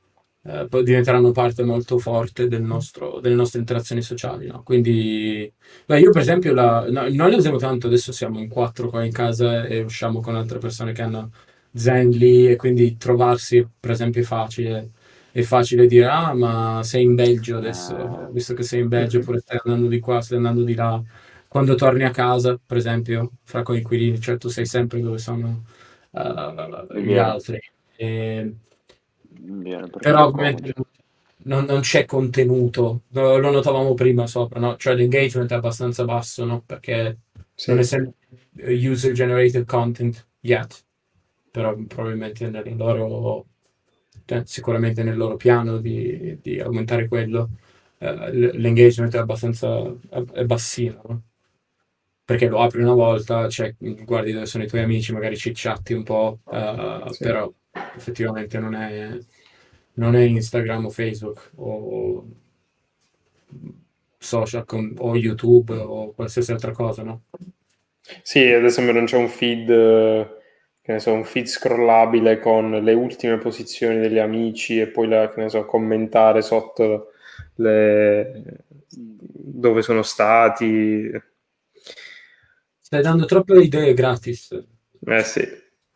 poi diventeranno parte molto forte delle nostre interazioni sociali, no? Quindi, beh, io per esempio, no, noi le usiamo tanto, adesso siamo in 4 qua in casa e usciamo con altre persone che hanno Zenly e quindi trovarsi, per esempio, è facile dire, ah, ma sei in Belgio adesso, visto che sei in Belgio, oppure stai andando di qua, stai andando di là. Quando torni a casa, per esempio, fra coinquilini, cioè tu sei sempre dove sono È gli vero, altri. E- vero, perché però più comodo. ovviamente non c'è contenuto, lo notavamo prima sopra, no? Cioè l'engagement è abbastanza basso, no? Perché non Sì. essendo user generated content yet, però probabilmente sicuramente nel loro piano di aumentare quello, l'engagement è abbastanza è bassino, no? Perché lo apri una volta, cioè, guardi dove sono i tuoi amici, magari ci chatti un po', Sì. però effettivamente non è Instagram o Facebook o social o YouTube o qualsiasi altra cosa, no? Sì, ad esempio non c'è un feed, che ne so, un feed scrollabile con le ultime posizioni degli amici e poi che ne so, commentare sotto dove sono stati. Stai dando troppe idee gratis. Sì.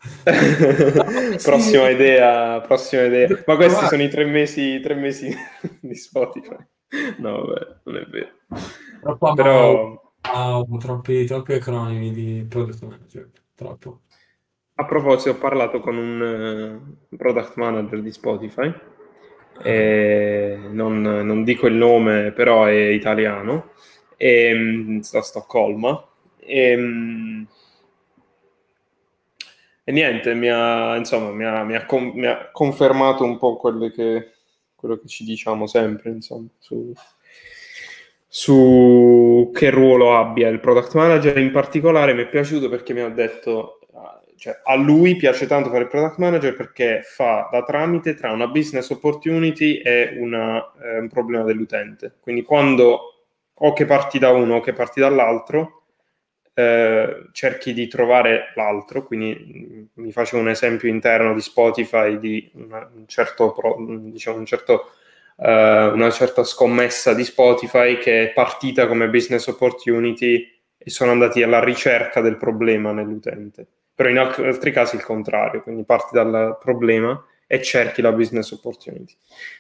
Sì, Prossima idea, prossima idea. Ma questi provare. sono i 3 mesi di Spotify. No, vabbè, non è vero. Troppo Però troppi acronimi di product manager, troppo. a proposito, ho parlato con un product manager di Spotify, Ah. non dico il nome, però è italiano, sta a Stoccolma. E niente, insomma, mi ha confermato un po' quello che ci diciamo sempre, insomma, su che ruolo abbia il product manager. In particolare mi è piaciuto perché mi ha detto, cioè, a lui piace tanto fare il product manager perché fa da tramite tra una business opportunity e un problema dell'utente. Quindi quando o che parti da uno o che parti dall'altro, cerchi di trovare l'altro. Quindi mi facevo un esempio interno di Spotify di diciamo una certa scommessa di Spotify che è partita come business opportunity e sono andati alla ricerca del problema nell'utente. Però in altri casi il contrario, quindi parti dal problema e cerchi la business opportunity.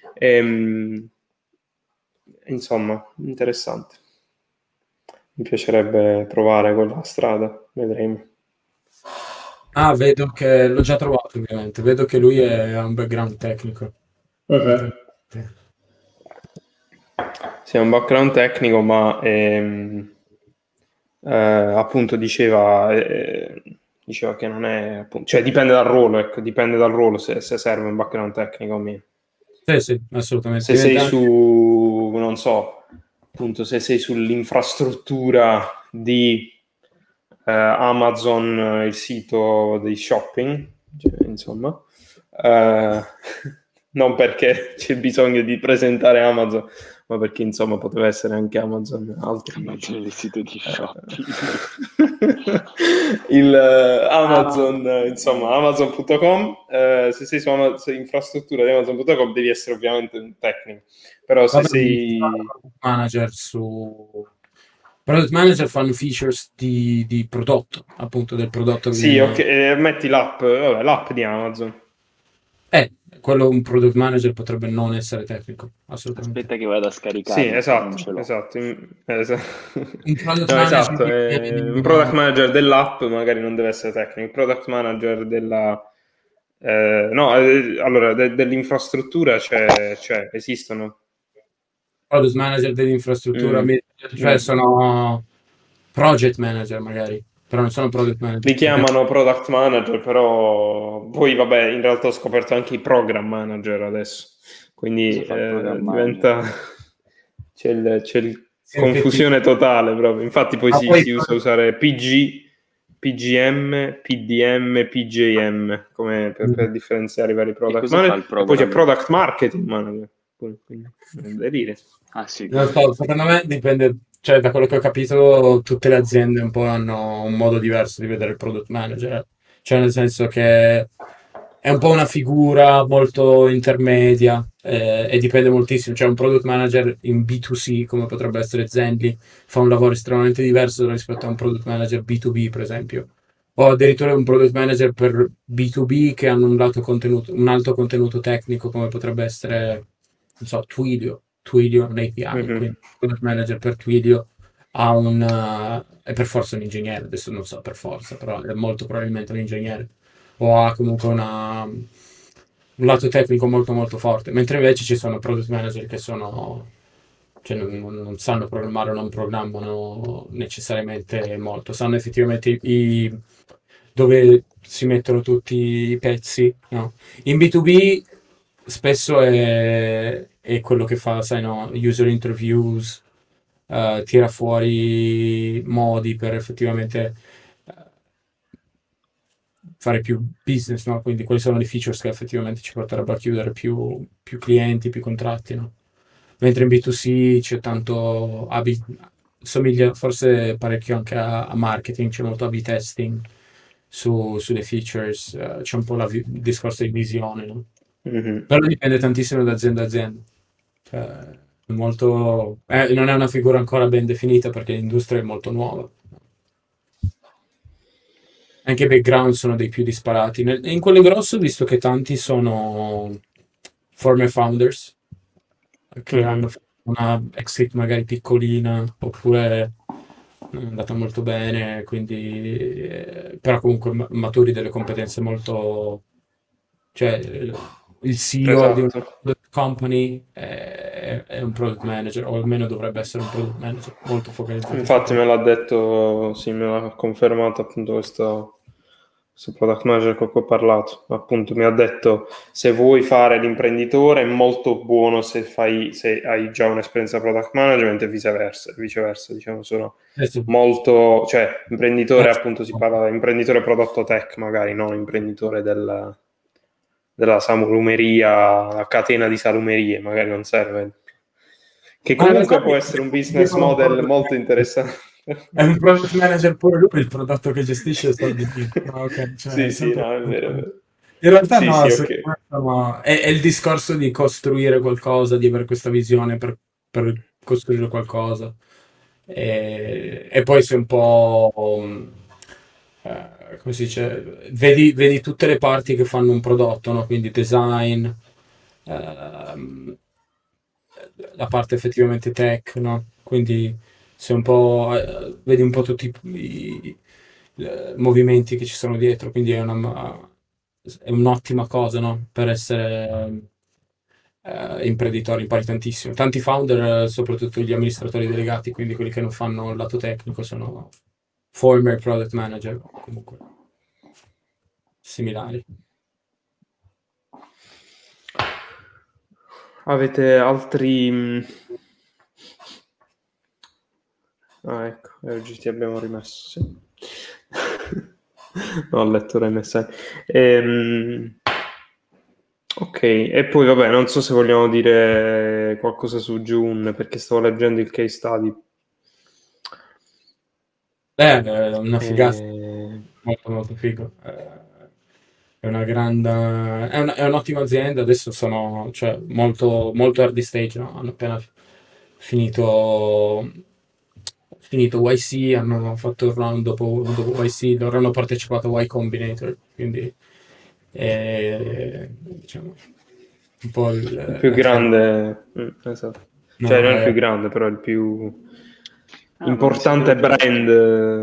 Insomma, interessante. Mi piacerebbe provare quella strada, vedremo. Ah, vedo che l'ho già trovato ovviamente, vedo che lui ha un background tecnico. Interessante. Sì, è un background tecnico, ma appunto diceva che non è, appunto, cioè dipende dal ruolo, ecco, dipende dal ruolo se serve un background tecnico o meno. Sì, sì, assolutamente. Se sei Diventa su, non so, appunto, se sei sull'infrastruttura di Amazon, il sito di shopping, cioè, insomma, eh, non perché c'è bisogno di presentare Amazon, ma perché insomma poteva essere anche Amazon altro. Amazon il sito di shopping. Amazon, insomma, Amazon.com, se sei su infrastruttura di Amazon.com devi essere ovviamente un tecnico, però se vabbè, sei... product manager fanno features di prodotto, appunto del prodotto che Sì, ok, viene. metti l'app di Amazon. Quello un product manager potrebbe non essere tecnico, assolutamente. Aspetta che vado a Sì, scaricarlo, che non ce esatto, l'ho. esatto. Un product No, manager esatto. Un product viene. manager dell'app magari non deve essere tecnico. Il product manager no, allora, dell'infrastruttura esistono. Product manager dell'infrastruttura, Mm, cioè mm. sono project manager magari, però non sono product manager. Li chiamano product manager, però poi vabbè, in realtà ho scoperto anche i program manager adesso, Cosa quindi fa il program manager? diventa c'è Sì, confusione totale proprio. Infatti poi ma poi si usa usare PGM, PDM, PJM come per differenziare i vari E product cosa fa manager, il e poi c'è program? product marketing manager, quindi da dire. Ah sì, non so, secondo me dipende, cioè da quello che ho capito, tutte le aziende un po' hanno un modo diverso di vedere il product manager, cioè nel senso che è un po' una figura molto intermedia, e dipende moltissimo. C'è un product manager in B2C, come potrebbe essere Zenly, fa un lavoro estremamente diverso rispetto a un product manager B2B, per esempio. O addirittura un product manager per B2B che hanno un alto contenuto tecnico, come potrebbe essere, non so, Twilio. Twilio è un API, Mhm. quindi il product manager per Twilio è per forza un ingegnere, adesso non so per forza, però è molto probabilmente un ingegnere, o ha comunque un lato tecnico molto molto forte, mentre invece ci sono product manager che cioè non sanno programmare o non programmano necessariamente molto, sanno effettivamente dove si mettono tutti i pezzi, no? In B2B spesso è quello che fa, sai, no? User interviews, tira fuori modi per effettivamente eh, fare più business, no? Quindi quali sono le features che effettivamente ci porterebbero a chiudere più clienti, più contratti, no? Mentre in B2C c'è tanto somiglia forse parecchio anche a marketing, c'è molto A/B testing sulle features, c'è un po' il discorso di visione, no? Mhm. Però dipende tantissimo da azienda a azienda. Cioè, non è una figura ancora ben definita perché l'industria è molto nuova. Anche i background sono dei più disparati. In quelle grosse ho visto che tanti sono former founders che hanno Mhm. fatto una exit magari piccolina oppure non è andata molto bene, quindi però comunque maturi delle competenze molto, cioè il CEO di una Esatto. product company è un product manager o almeno dovrebbe essere un product manager molto focalizzato sul Infatti me product. l'ha detto, sì, me l'ha confermato appunto questo product manager con cui ho parlato. Appunto mi ha detto se vuoi fare l'imprenditore è molto buono se hai già un'esperienza product management e viceversa, diciamo sono Adesso, molto, cioè imprenditore appunto si parla di imprenditore prodotto tech magari, non imprenditore della salumeria, la catena di salumerie, magari non serve. Che ma in realtà comunque può essere un business dicono model product molto manager. interessante. È un product manager pure lui, il prodotto che gestisce sta di più. Ah, ok, cioè è Sì, sì, sempre no, è vero, è un. vero. In realtà Sì, no, sì, ok. secondo me è il discorso di costruire qualcosa, di avere questa visione per costruire qualcosa. E poi sei un po', come si dice, vedi tutte le parti che fanno un prodotto, no? Quindi design, ehm, la parte effettivamente tech, no? Quindi sei un po', vedi un po' tutti i movimenti che ci sono dietro, quindi è un'ottima cosa, no? Per essere imprenditori, impari tantissimo. Tanti founder, soprattutto gli amministratori delegati, quindi quelli che non fanno il lato tecnico, sono former product manager o comunque similari. Avete altri... Ah, ecco, oggi ti abbiamo rimesso, sì. No, ho letto dai messaggi. Ok, e poi vabbè, non so se vogliamo dire qualcosa su June, perché stavo leggendo il case study. È una figata, Eh, molto molto figo. È una grande, è un'ottima azienda. Adesso sono, cioè, molto, molto early stage, no? Hanno appena finito YC, hanno fatto il round dopo YC, loro hanno partecipato a Y Combinator, quindi diciamo un po' il più la trend. grande, esatto. Cioè No, non il più grande, però il più Ah, non ne importante sapevo niente. brand.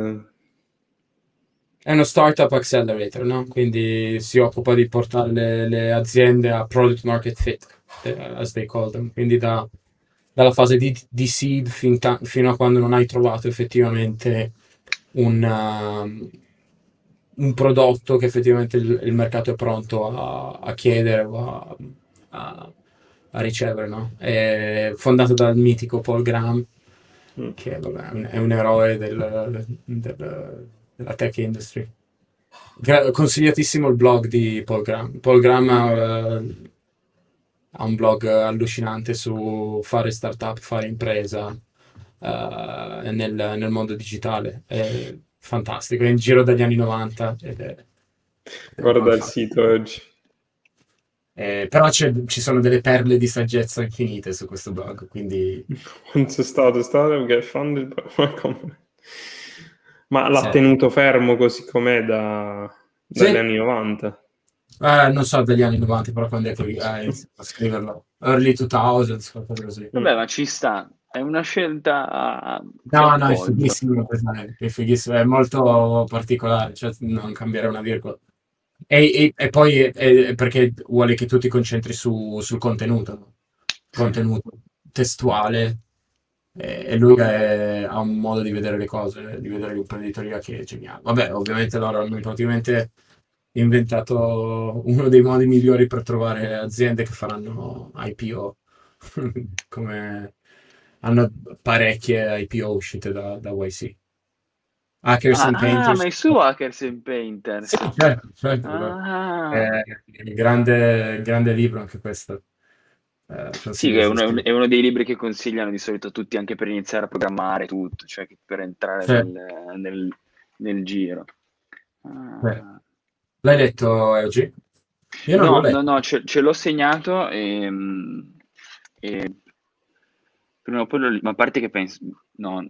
è uno startup accelerator, no? Quindi si occupa di portare le aziende a product market fit, as they call them. Quindi dalla fase di seed fino a quando non hai trovato effettivamente un, um, un prodotto che effettivamente il mercato è pronto a chiedere o a- a ricevere, no? È fondato dal mitico Paul Graham, Mm. che vabbè, è un eroe della tech industry. Consigliatissimo il blog di Paul Graham. Paul Graham ha un blog allucinante su fare startup, fare impresa nel mondo digitale. È fantastico, è in giro dagli anni 90 ed è Guarda il fantastico. sito oggi. Però ci sono delle perle di saggezza infinite su questo blog, quindi Once started, get funded by Y Combinator. Ma l'ha sì. tenuto fermo così com'è dagli Sì. anni 90. Non so degli anni 90, però quando è che ha iniziato a scriverlo? Early 2000, qualcosa così. Vabbè, ma ci sta, è una scelta che No, no, è appoggia. fighissimo, è fighissimo, è molto particolare, cioè non cambiare una virgola. E poi è perché vuole che tu ti concentri sul contenuto, no? Sì. Contenuto testuale, e lui ha un modo di vedere le cose, di vedere l'imprenditoria che è geniale. Vabbè, ovviamente loro hanno praticamente inventato uno dei modi migliori per trovare aziende che faranno IPO, come hanno parecchie IPO uscite da YC. Hackers and Ma Painters. è su Hackers and Sì, Painters. certo, certo. Ah, Grande libro anche questo. sì, che Consiglio se sì. è uno dei libri che consigliano di solito tutti anche per iniziare a programmare tutto, cioè che per entrare Sì, nel giro. sì. Ah. L'hai letto, Eugi? Io non l'ho No, no, letto. no, ce l'ho segnato e prima o poi ma a parte che penso, no,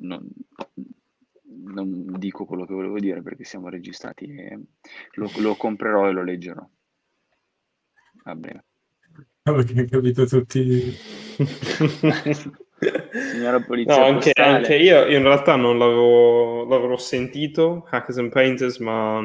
non dico quello che volevo dire perché siamo registrati e lo comprerò e lo leggerò. Va bene. Perché hai capito tutti. Signora No, Polizia anche Postale. io in realtà non l'avrò sentito, Hackers and Painters, ma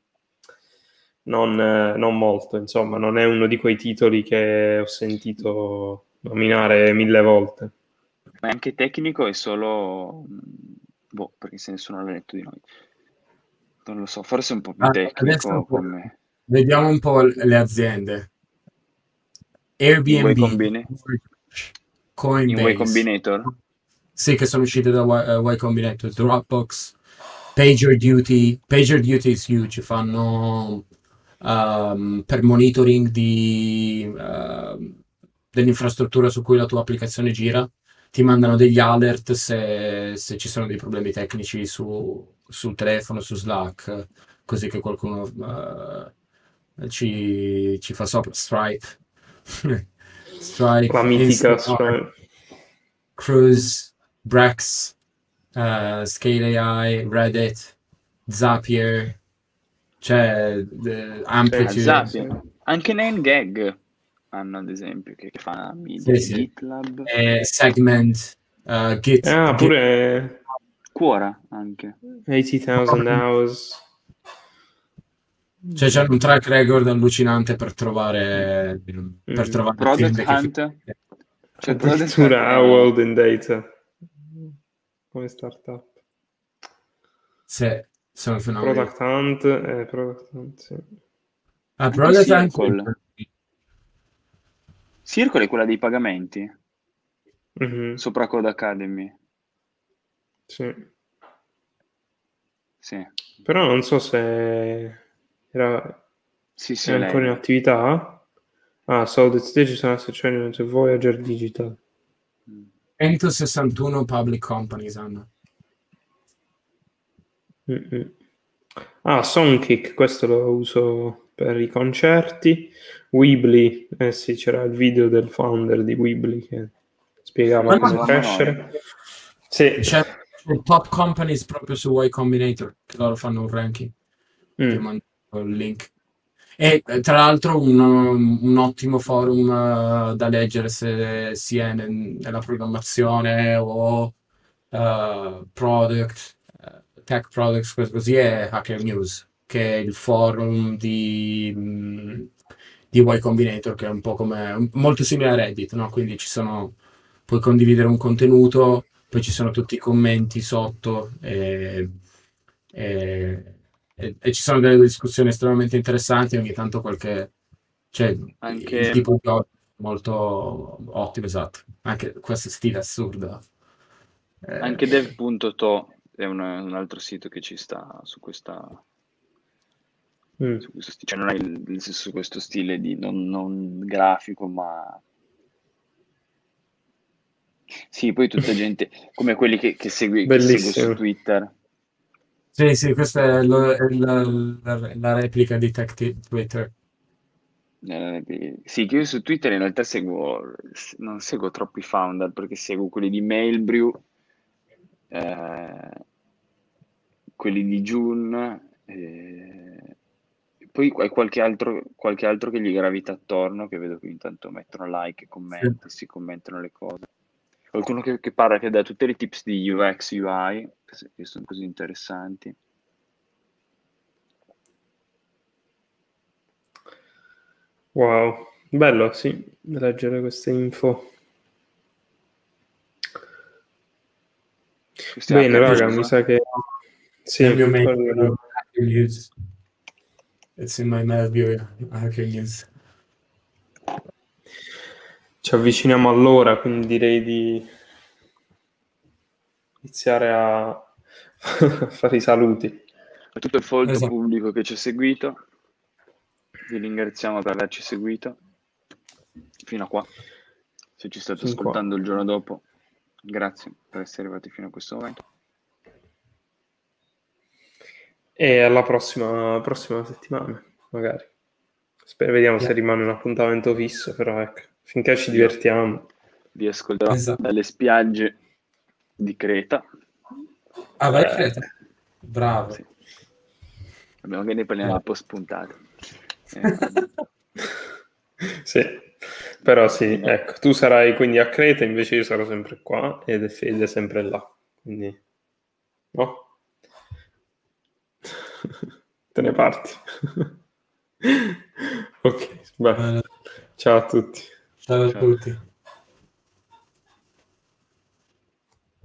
non molto, insomma, non è uno di quei titoli che ho sentito nominare 1000 volte. Ma è anche tecnico, è solo... Boh, perché se nessuno l'ha letto di noi. Non lo so, forse è un po' più Adesso tecnico come vediamo un po' le aziende. in Way Airbnb, in Way Coinbase, Combinator. sì, che sono uscite da Y Combinator, Dropbox, PagerDuty. PagerDuty is huge, fanno per monitoring dell'infrastruttura su cui la tua applicazione gira, ti mandano degli alert se ci sono dei problemi tecnici sul telefono, su Slack, così che qualcuno ci fa sopra. Stripe. La Stripe, mitica Instacart, Stripe. Cruise, Brex, Scale AI, Reddit, Zapier, c'è Amplitude, Sì. Zapier. Anche 9gag hanno ad esempio che fa sì, media, sì. GitLab, Segment, Git. Pure Quora anche. 80,000 hours. Cioè c'è un track record allucinante per trovare Product aziende che Hunt, cioè Product Hunt Addirittura World in Data come startup. sì, sono fenomeni. Product Hunt, sì. anche Product Circle. anche. Circle è quella dei pagamenti, Mhm, sopra Code Academy. sì. Sì, Però non so se era sì, è sì, è ancora in lei. attività. Solid Digital Asset Management, Voyager Digital. 161 public companies hanno. Mm-mm. Songkick, questo lo uso per i concerti. Weebly, sì, c'era il video del founder di Weebly che spiegava Ma Lo come usavamo noi. crescere. Sì. c'è top companies proprio su Y Combinator, che loro fanno un ranking. Ti Mm. mando il link. E tra l'altro un ottimo forum da leggere se si è nella programmazione o tech products, così è Hacker News, che è il forum di Y Combinator, che è un po' come molto simile a Reddit, no? Quindi puoi condividere un contenuto, poi ci sono tutti i commenti sotto e- e ci sono delle discussioni estremamente interessanti, ogni tanto cioè, il Anche, tipo di odio è molto ottimo, esatto. Anche questo stile assurdo. Eh, anche dev.to è un altro sito che ci sta Mm. su questo cioè non è su questo stile di non grafico, ma sì, poi tutta gente come quelli che seguo su Bellissimo. Twitter. sì, sì, questa è la replica di Twitter. Sì, che io su Twitter in realtà non seguo troppi founder perché seguo quelli di Mailbrew, eh, quelli di June, poi qualche altro che gli gravita attorno, che vedo che intanto mettono like e Sì. si commentano le cose. Qualcuno che parla, che dà tutte le tips di UX, UI, che sono così interessanti. Wow, bello, sì, leggere queste info. Questi Bene, hacker raga, news. mi sa che Nel sì, mio mail Hacker News. It's in my mail view, Hacker News. ci avviciniamo all'ora, quindi direi di iniziare a fare i saluti. A tutto il folto Esatto. pubblico che ci ha seguito, vi ringraziamo per averci seguito fino a qua. Se ci state Fin qua. ascoltando il giorno dopo, grazie per essere arrivati fino a questo momento. E alla prossima settimana, magari. Vediamo se Yeah. rimane un appuntamento fisso, però ecco, finché ci Io divertiamo. vi ascolterò Esatto. dalle spiagge di Creta. Ah, vai Creta. Bravo. Sì. Abbiamo che ne parliamo Bravo. un po' spuntate. Sì, però sì, Quindi, ecco, tu sarai quindi a Creta, invece io sarò sempre qua ed Fede sempre là, quindi no? Te ne parti. Ok, beh, ciao a tutti. Ciao a ciao. tutti.